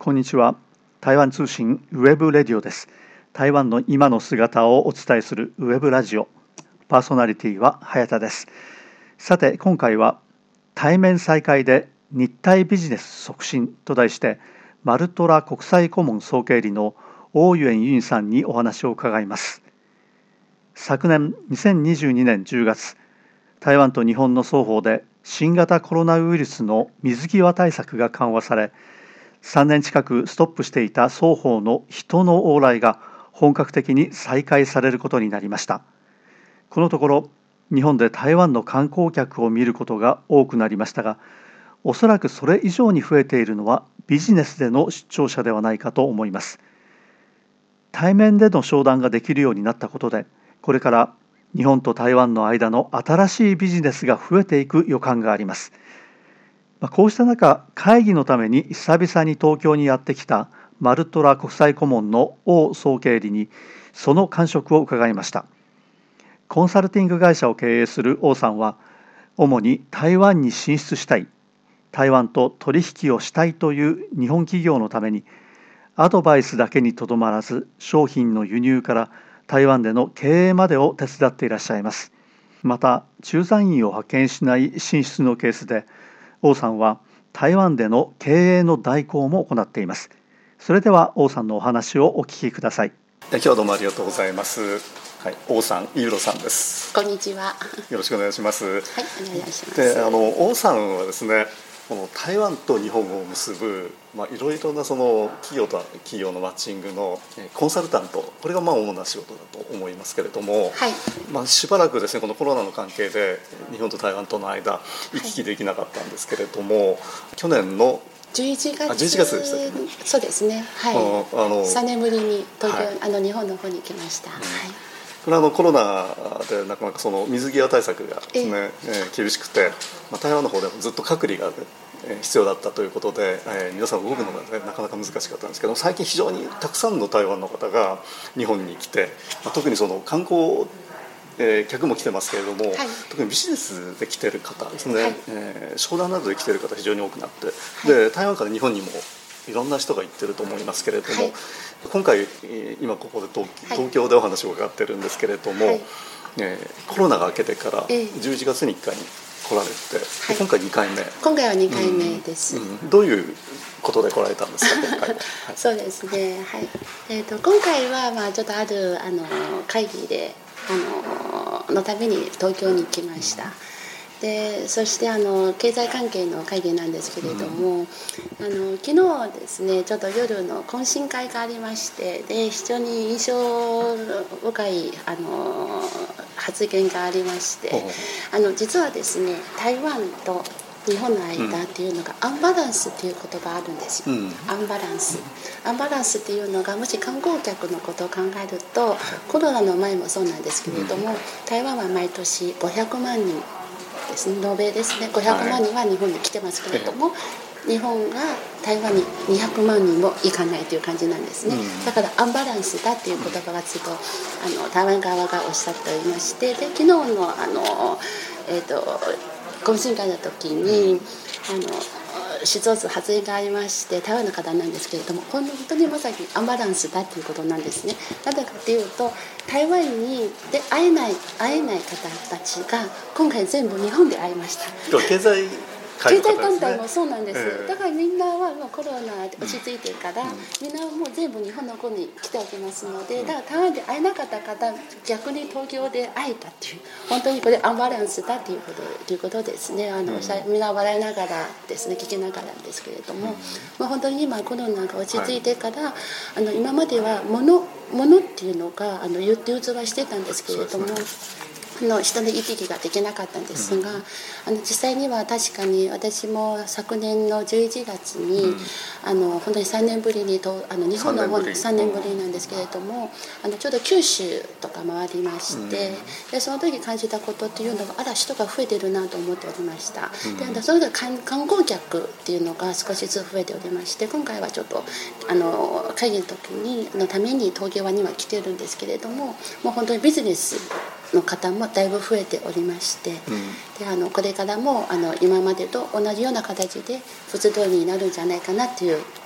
こんにちは。台湾通信ウェブレディオです。台湾の今の姿をお伝えするウェブラジオ。パーソナリティは早田です。さて、今回は対面再開で日台ビジネス促進と題して、マルトラ国際顧問総経理の王元ユンさんにお話を伺います。昨年2022年10月、台湾と日本の双方で新型コロナウイルスの水際対策が緩和され、3年近くストップしていた双方の人の往来が本格的に再開されることになりました。このところ、日本で台湾の観光客を見ることが多くなりましたが、おそらくそれ以上に増えているのはビジネスでの出張者ではないかと思います。対面での商談ができるようになったことで、これから日本と台湾の間の新しいビジネスが増えていく予感があります。こうした中、会議のために久々に東京にやってきたマルトラ国際顧問の王総経理にその感触を伺いました。コンサルティング会社を経営する王さんは、主に台湾に進出したい、台湾と取引をしたいという日本企業のために、アドバイスだけにとどまらず、商品の輸入から台湾での経営までを手伝っていらっしゃいます。また、駐在員を派遣しない進出のケースで、王さんは台湾での経営の代行も行っています。それでは王さんのお話をお聞きください。 今日はどうもありがとうございます。はい、王さん、ユーロさんです。 こんにちは。 よろしくお願いします。 はい、お願いします。 で、王さんはですね、この台湾と日本を結ぶ、いろいろなその企業と企業のマッチングのコンサルタント、これが主な仕事だと思いますけれども、 はい、 しばらくですね、このコロナの関係で日本と台湾との間行き来できなかったんですけれども、去年の 11月でしたっけね。 そうですね、はい、3年ぶりに東京、日本の方に来ました。 これはコロナでなかなかその水際対策がですね、厳しくて、台湾の方でもずっと隔離が必要だったということで、皆さん動くのが、なかなか難しかったんですけど、最近非常にたくさんの台湾の方が日本に来て、特にその観光客も来てますけれども、特にビジネスで来てる方ですね、商談などで来てる方非常に多くなって、で台湾から日本にもいろんな人が行ってると思いますけれども、今回今ここで東京でお話を伺ってるんですけれども、コロナが明けてから11月に1回に来られて、今回2回目。 今回は2回目です。 どういうことで来られたんですか、今回は。 そうですね、はい。今回はちょっとある会議でのために東京に来ました。でそして経済関係の会議なんですけれども、昨日ですね、ちょっと夜の懇親会がありまして、で非常に印象深い発言がありまして、実はですね、台湾と日本の間っていうのがアンバランスっていう言葉あるんですよ。アンバランスっていうのが、もし観光客のことを考えると、コロナの前もそうなんですけれども、台湾は毎年500万人ですね、延べですね、500万人は日本に来てますけれども、日本が台湾に200万人も行かないという感じなんですね。だからアンバランスだっていう言葉がちょっと台湾側がおっしゃっておりまして、で昨日の懇親会の時に一つ発言がありまして、台湾の方なんですけれども、本当にまさにアンバランスだということなんですね。なぜかというと、台湾にで会えない方たちが今回全部日本で会いました。経済団体もそうなんです、だからみんなはもうコロナ落ち着いてるから、みんなもう全部日本の方に来ておきますので、だから台湾で会えなかった方、逆に東京で会えたっていう、本当にこれアンバランスだということですね。みんな笑いながらですね、聞きながらですけれども、本当に今コロナが落ち着いてから、今までは物っていうのが流通はしてたんですけれども、人の行き来ができなかったんですが、実際には確かに私も昨年の11月に、本当に3年ぶりに日本の方に3年ぶりなんですけれども、ちょうど九州とか回りまして、でその時感じたことっていうのが、人が増えてるなと思っておりました。でそれで観光客っていうのが少しずつ増えておりまして、今回はちょっと会議の時のために東京には来てるんですけれども、もう本当にビジネスの方もだいぶ増えておりまして、でこれからも今までと同じような形で普通通りになるんじゃないかなという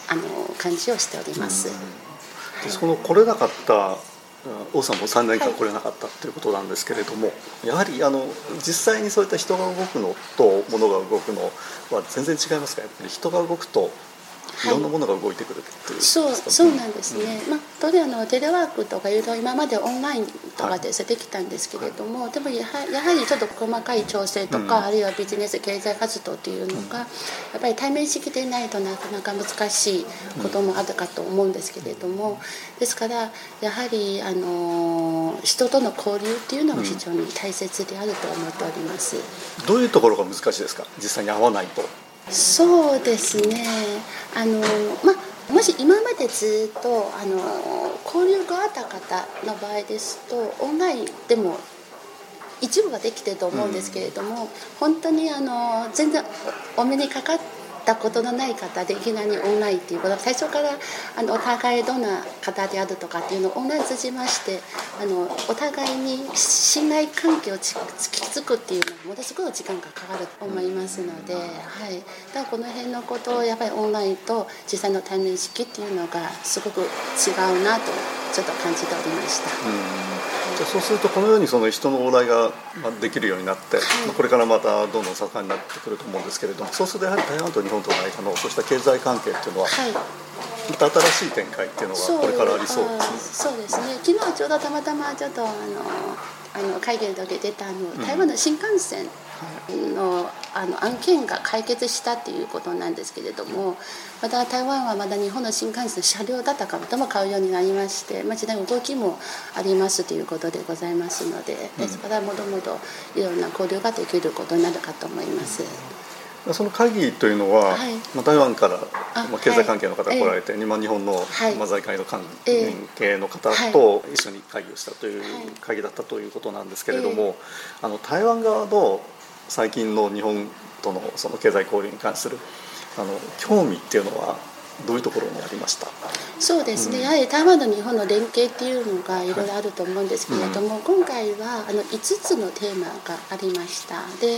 感じをしております。 でその来れなかった王さんも3年間来れなかったということなんですけれども、やはり実際にそういった人が動くのと物が動くのは全然違いますか？やっぱり人が動くといろんなものが動いてくるっていう、 そうなんですね、テレワークとかいうと今までオンラインとかでできたんですけれども、でもやはりちょっと細かい調整とか、あるいはビジネス経済活動というのが、やっぱり対面式でないとなかなか難しいこともあるかと思うんですけれども、ですからやはり人との交流っていうのが非常に大切であると思っております。 どういうところが難しいですか？実際に会わないと。 そうですね、もし今までずっと交流があった方の場合ですとオンラインでも一部はできてると思うんですけれども、本当に全然お目にかかったことのない方でいきなりオンラインっていうことは最初からお互いどんな方であるとかっていうのをオンライン通じましてお互いに信頼関係を築くっていうのはものすごい時間がかかると思いますので、だからこの辺のことをやっぱりオンラインと実際の対面式っていうのがすごく違うなとちょっと感じておりました。 そうするとこのようにその人の往来ができるようになって、これからまたどんどん盛んになってくると思うんですけれども、そうするとやはり台湾と日本との間のそうした経済関係っていうのは、また新しい展開っていうのがこれからありそうですね。 そうですね。昨日ちょうどたまたまちょっと会議の時出た台湾の新幹線の案件が解決したっていうことなんですけれども、また台湾はまだ日本の新幹線の車両だったかも買うようになりまして、時代動きもありますということでございますので、ですからもともといろんな交流ができることになるかと思います。 その会議というのは、台湾から経済関係の方が来られて、日本の財界の関係の方と一緒に会議をしたという会議だったということなんですけれども、台湾側の最近の日本とのその経済交流に関する興味っていうのはどういうところにありました？ そうですね、やはり台湾と日本の連携っていうのがいろいろあると思うんですけれども、今回は5つのテーマがありました。で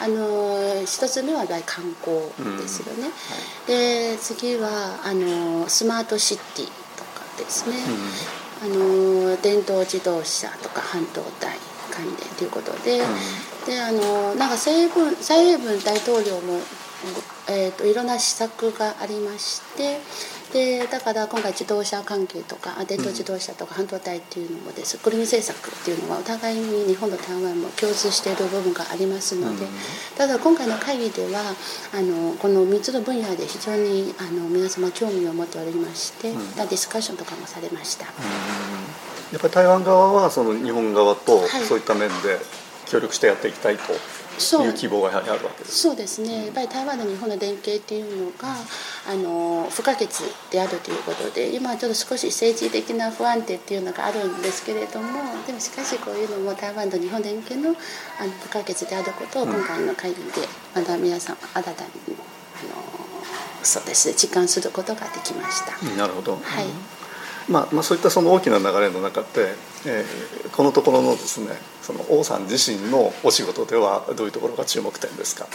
1つ目は観光ですよね、で次はスマートシティとかですね、電動自動車とか半導体関連ということで、なんか蔡英文大統領もいろんな施策がありまして、でだから今回自動車関係とか電動自動車とか半導体っていうのもです、グリーン政策っていうのはお互いに日本と台湾も共通している部分がありますので、ただ今回の会議ではこの3つの分野で非常に皆様興味を持っておりまして、ディスカッションとかもされました。 やっぱり台湾側はその日本側とそういった面で協力してやっていきたいという希望があるわけです。 そうですね、やっぱり台湾と日本の連携っていうのが不可欠であるということで、今はちょっと少し政治的な不安定っていうのがあるんですけれども、でもしかしこういうのも台湾と日本連携の不可欠であることを今回の会議でまだ皆さん新たにそうですね、実感することができました。 なるほど。そういったその大きな流れの中で、このところのですね、その王さん自身のお仕事ではどういうところが注目点ですか？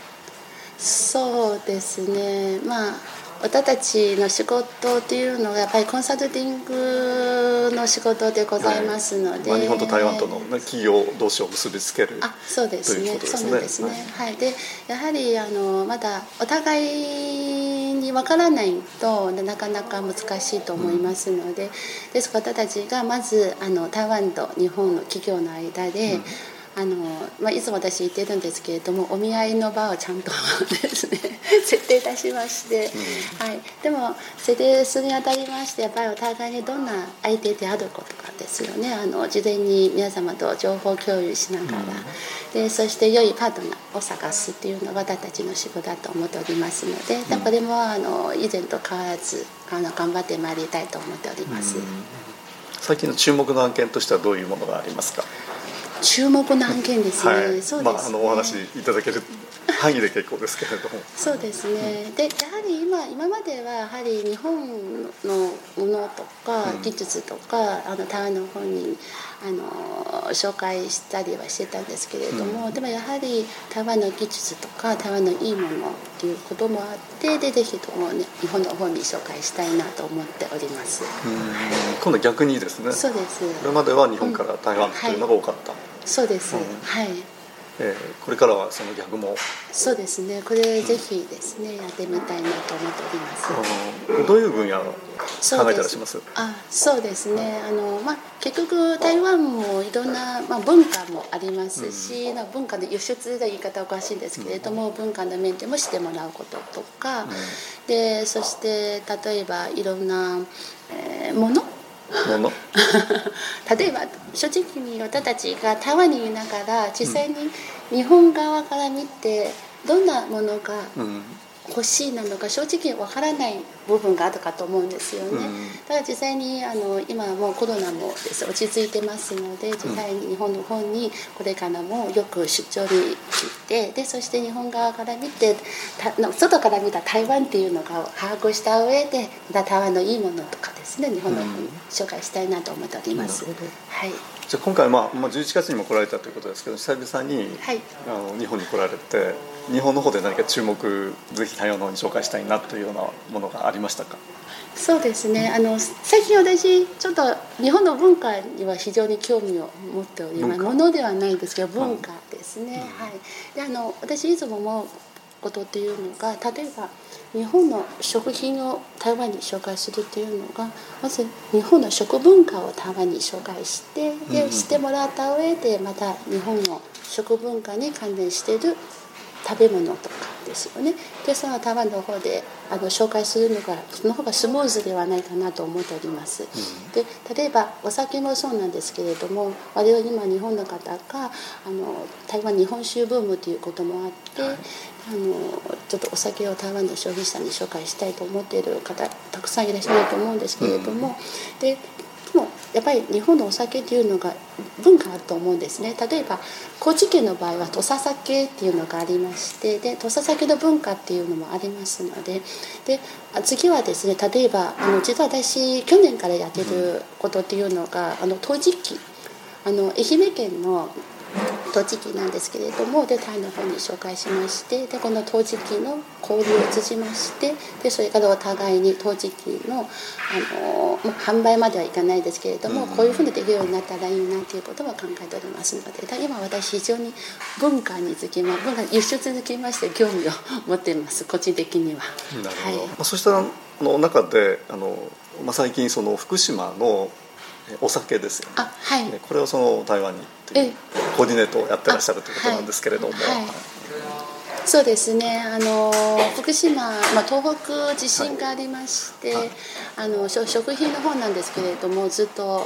そうですね、私たちの仕事っていうのがやっぱりコンサルティングの仕事でございますので、 日本と台湾との企業同士を結びつけるそうですね、そうなんですね。でやはりまだお互いに分からないとなかなか難しいと思いますので、ですから私たちがまず台湾と日本の企業の間で、いつも私言ってるんですけれども、お見合いの場をちゃんとですね設定いたしまして、でも設定するにあたりましてやっぱりお互いにどんな相手であることかですよね。事前に皆様と情報共有しながら、でそして良いパートナーを探すっていうのが私たちの仕事だと思っておりますので、これも以前と変わらず頑張ってまいりたいと思っております。 最近の注目の案件としてはどういうものがありますか？ 注目の案件ですね。そうですね。 お話しいただける範囲で結構ですけれども。 そうですね。でやはり今まではやはり日本のものとか技術とか、台湾の方に紹介したりはしてたんですけれども、でもやはり台湾の技術とか台湾のいいものっていうこともあって、でぜひとも、ね、日本の方に紹介したいなと思っております。 今度逆にですね。 そうです。 これまでは日本から台湾というのが多かった。 そうです、はい。 これからはその逆も。 そうですね、これぜひですね、やってみたいなと思っております。 どういう分野を考えてらっしゃいます？ そうですね、結局台湾もいろんな、文化もありますし、文化の輸出という言い方はおかしいんですけれども、文化の面でもしてもらうこととか、でそして例えばいろんな、もの例えば正直に私たちが台湾にいながら実際に日本側から見てどんなものが欲しいなのか正直わからない部分があるかと思うんですよね。だから実際に今はもうコロナもです落ち着いてますので、実際に日本の方にこれからもよく出張に来て、でそして日本側から見て外から見た台湾っていうのが把握した上で、また台湾のいいものとかですね、日本の方に紹介したいなと思っております。はい。 じゃあ今回、11月にも来られたということですけど、久々に、日本に来られて、日本の方で何か注目、ぜひ台湾の方に紹介したいなというようなものがありましたか？ そうですね、最近私ちょっと日本の文化には非常に興味を持っております。ものではないですけど文化ですね、で私いつも思うことっていうのが、例えば日本の食品を台湾に紹介するっていうのが、まず日本の食文化を台湾に紹介して、でしてもらった上でまた日本の食文化に関連している食べ物とかですよね。でその台湾の方で紹介するのがその方がスムーズではないかなと思っております。で例えばお酒もそうなんですけれども、我々今日本の方が台湾日本酒ブームということもあって、ちょっとお酒を台湾の消費者に紹介したいと思っている方たくさんいらっしゃると思うんですけれども、でもやっぱり日本のお酒っていうのが文化あると思うんですね。例えば高知県の場合は土佐酒っていうのがありまして、で土佐酒の文化っていうのもありますので、次はですね、例えば実は私去年からやってることっていうのが陶磁器、愛媛県の陶磁器なんですけれども、でタイの方に紹介しまして、でこの陶磁器の交流を通じまして、でそれからお互いに陶磁器の、販売まではいかないですけれども、こういうふうにできるようになったらいいなということは考えておりますので、今私非常に文化輸出につきまして興味を持っています、個人的には。 なるほど。そうした中で最近その福島のお酒ですよね。これを台湾にコーディネートをやってらっしゃるということなんですけれども、 そうですね、福島、東北地震がありまして、食品の方なんですけれどもずっと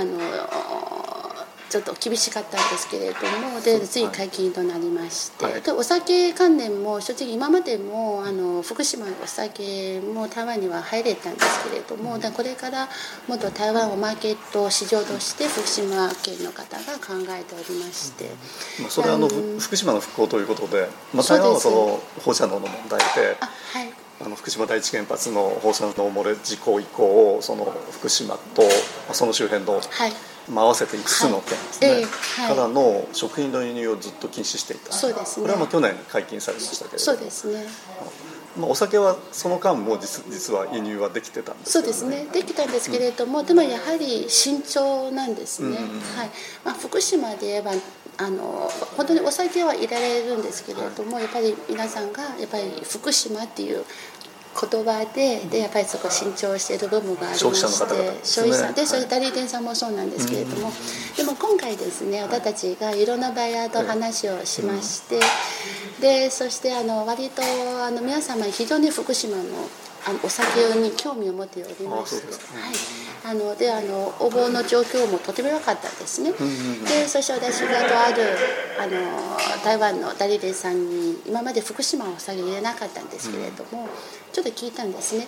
ちょっと厳しかったんですけれども、でつい解禁となりまして、でお酒関連も正直今までも福島のお酒も台湾には入れたんですけれども、これからもっと台湾をマーケット市場として福島県の方が考えておりまして、 それは福島の復興ということで、台湾はその放射能の問題で、福島第一原発の放射能漏れ事故以降、その福島とその周辺の、合わせて5つの県ですね、からの食品の輸入をずっと禁止していた。 そうですね、 これは去年解禁されましたけれども、 そうですね、 お酒はその間も実は輸入はできてたんですよね。 そうですね、できたんですけれども、でもやはり慎重なんですね。福島で言えば本当にお酒は入れられるんですけれども、やっぱり皆さんがやっぱり福島っていう言葉でやっぱりそこ慎重している部分がありまして、消費者でそれ代理店さんもそうなんですけれども、でも今回ですね、私たちがいろんなバイヤーと話をしまして、でそして割と皆様非常に福島のお酒に興味を持っておりまして、で応募の状況もとても良かったですね。でそして私がとある台湾の代理店さんに今まで福島のお酒入れなかったんですけれども、ちょっと聞いたんですね。あれ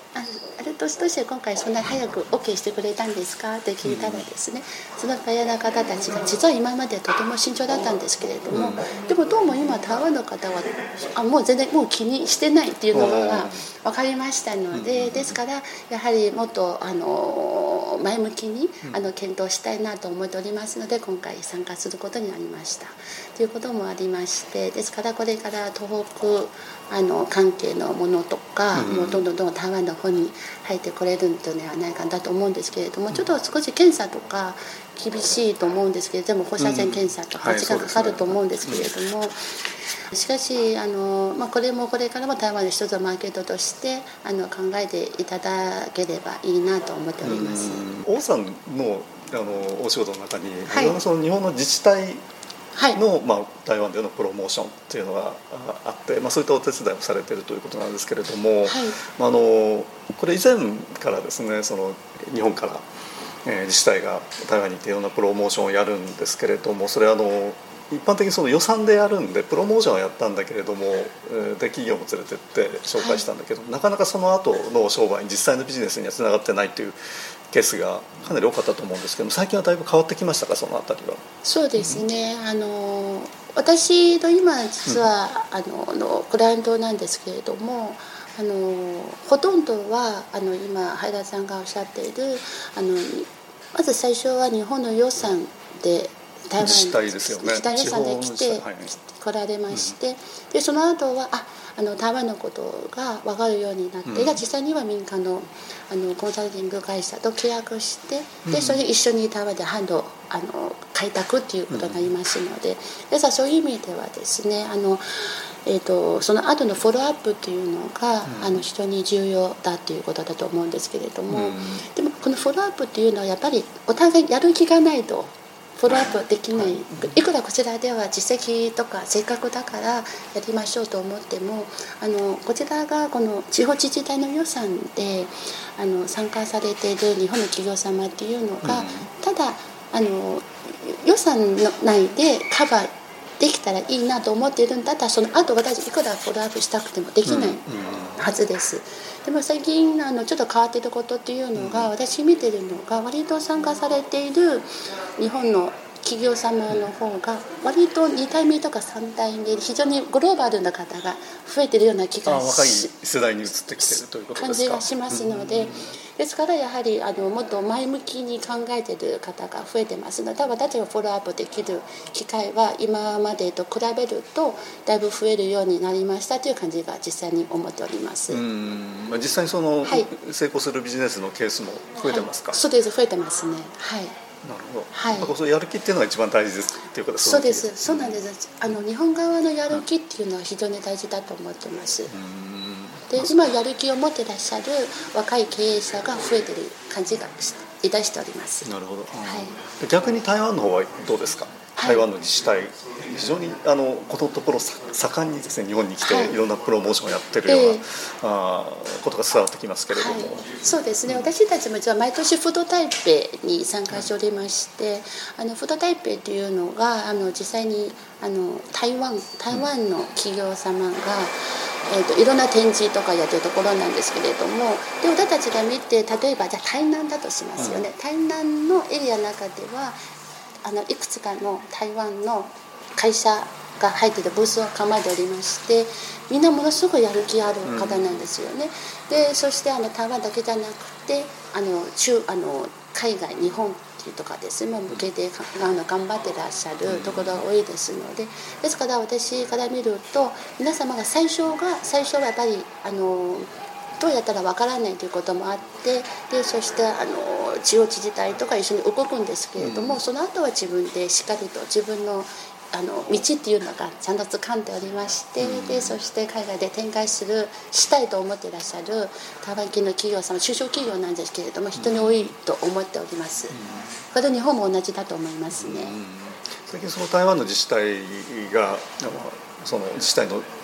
あれとして今回そんなに早く OK してくれたんですかって聞いたらですね、そのバイヤーの方たちが実は今までとても慎重だったんですけれども、でもどうも今台湾の方はもう全然もう気にしてないっていうのが分かりましたので、ですからやはりもっと前向きに検討したいなと思っておりますので、今回参加することになりましたということもありまして、ですからこれから東北関係のものとか、もうどんどん台湾の方に入ってこれるのではないかなと思うんですけれども、ちょっと少し検査とか厳しいと思うんですけれども、放射線検査とか時間かかると思うんですけれども、しかしこれもこれからも台湾の一つのマーケットとして考えていただければいいなと思っております。 王さんのお仕事の中に、いろんなその日本の自治体の、台湾でのプロモーションっていうのがあって、そういったお手伝いをされているということなんですけれども、これ以前からですね、その日本から自治体が台湾に行っていろんなプロモーションをやるんですけれども、それ一般的にその予算でやるんでプロモーションはやったんだけれども、で企業も連れてって紹介したんだけど、なかなかその後の商売に実際のビジネスにはつながってないというケースがかなり多かったと思うんですけど、最近はだいぶ変わってきましたか、そのあたりは。 そうですね、私の今実は、クライアントなんですけれども、ほとんどは今ハイラさんがおっしゃっているまず最初は日本の予算で台湾自治体ですよね、 自治体予算で来られまして、でその後は台湾のことが分かるようになって、実際には民間のコンサルティング会社と契約して、でそれ一緒に台湾で販路開拓ということになりますので、ですからそういう意味ではですね、その後のフォローアップというのが、非常に重要だということだと思うんですけれども、でもこのフォローアップというのはやっぱりお互いやる気がないとフォローアップできない。いくらこちらでは実績とかせっかくだからやりましょうと思っても、こちらがこの地方自治体の予算で参加されている日本の企業様っていうのが、ただ予算の内でカバーできたらいいなと思っているんだったら、その後私いくらフォローアップしたくてもできないはずです。でも最近ちょっと変わっていることっていうのが、私見てるのが割と参加されている日本の企業様の方が割と2代目とか3代目非常にグローバルな方が増えているような気が若い世代に移ってきているということですか。 感じがしますので、ですからやはりもっと前向きに考えている方が増えてますので、私たちがフォローアップできる機会は今までと比べるとだいぶ増えるようになりましたという感じが実際に思っております。 実際に成功するビジネスのケースも増えてますか。 そうです、増えてますね。はい。 なるほど、そのやる気っていうのが一番大事ですっていうことです。 そうです、そうなんです。日本側のやる気っていうのは非常に大事だと思ってます。で今やる気を持っていらっしゃる若い経営者が増えている感じがいたしております。 なるほど、逆に台湾の方はどうですか。台湾の自治体非常にこのところ盛んにですね、日本に来ていろんなプロモーションをやってるような、ことが伝わってきますけれども、 そうですね、私たちも実は毎年フード台北に参加しておりまして、フード台北というのが実際に台湾の企業様がいろんな展示とかやってるところなんですけれども、で私たちが見て、例えばじゃあ台南だとしますよね、台南のエリアの中ではいくつかの台湾の会社が入っているブースを構えておりまして、みんなものすごいやる気ある方なんですよね。でそして台湾だけじゃなくて海外日本とかですね、向けて頑張ってらっしゃるところが多いですので、ですから私から見ると皆様が最初はやっぱりどうやったらわからないということもあって、でそして地方自治体とか一緒に動くんですけれども、その後は自分でしっかりと自分の道っていうのがちゃんと掴んでおりまして、でそして海外で展開したいと思っていらっしゃる台湾系の企業様、中小企業なんですけれども非常に多いと思っております。これ日本も同じだと思いますね。 最近その台湾の自治体がその自治体の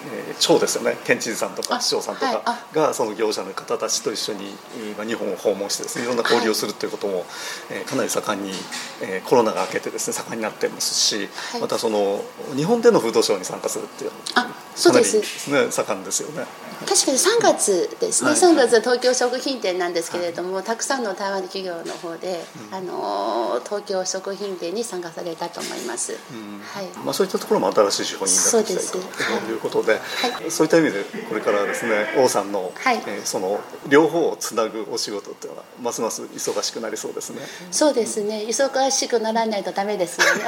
町ですよね、県知事さんとか市長さんとかがその業者の方たちと一緒に日本を訪問してですね、いろんな交流をするということもかなり盛んにコロナが明けてですね盛んになっていますし、またその日本でのフードショーに参加するっていうかなりですね盛んですよね。 確かに3月ですね、3月は東京食品展なんですけれども、たくさんの台湾企業の方で、東京食品展に参加されたと思います。 そういったところも新しい手法になってきたいということで、そういった意味でこれからですね、王さんの、その両方をつなぐお仕事っていうのはますます忙しくなりそうですね。 そうですね、忙しくならないとダメですよね。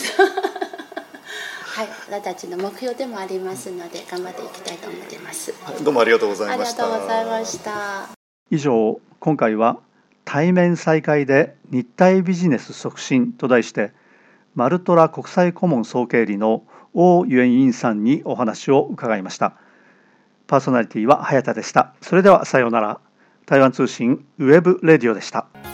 私たちの目標でもありますので頑張っていきたいと思っています。 どうもありがとうございました。 ありがとうございました。 以上、今回は対面再開で日台ビジネス促進と題してマルトラ国際顧問総経理の王元英さんにお話を伺いました。パーソナリティは早田でした。それではさようなら。台湾通信ウェブレディオでした。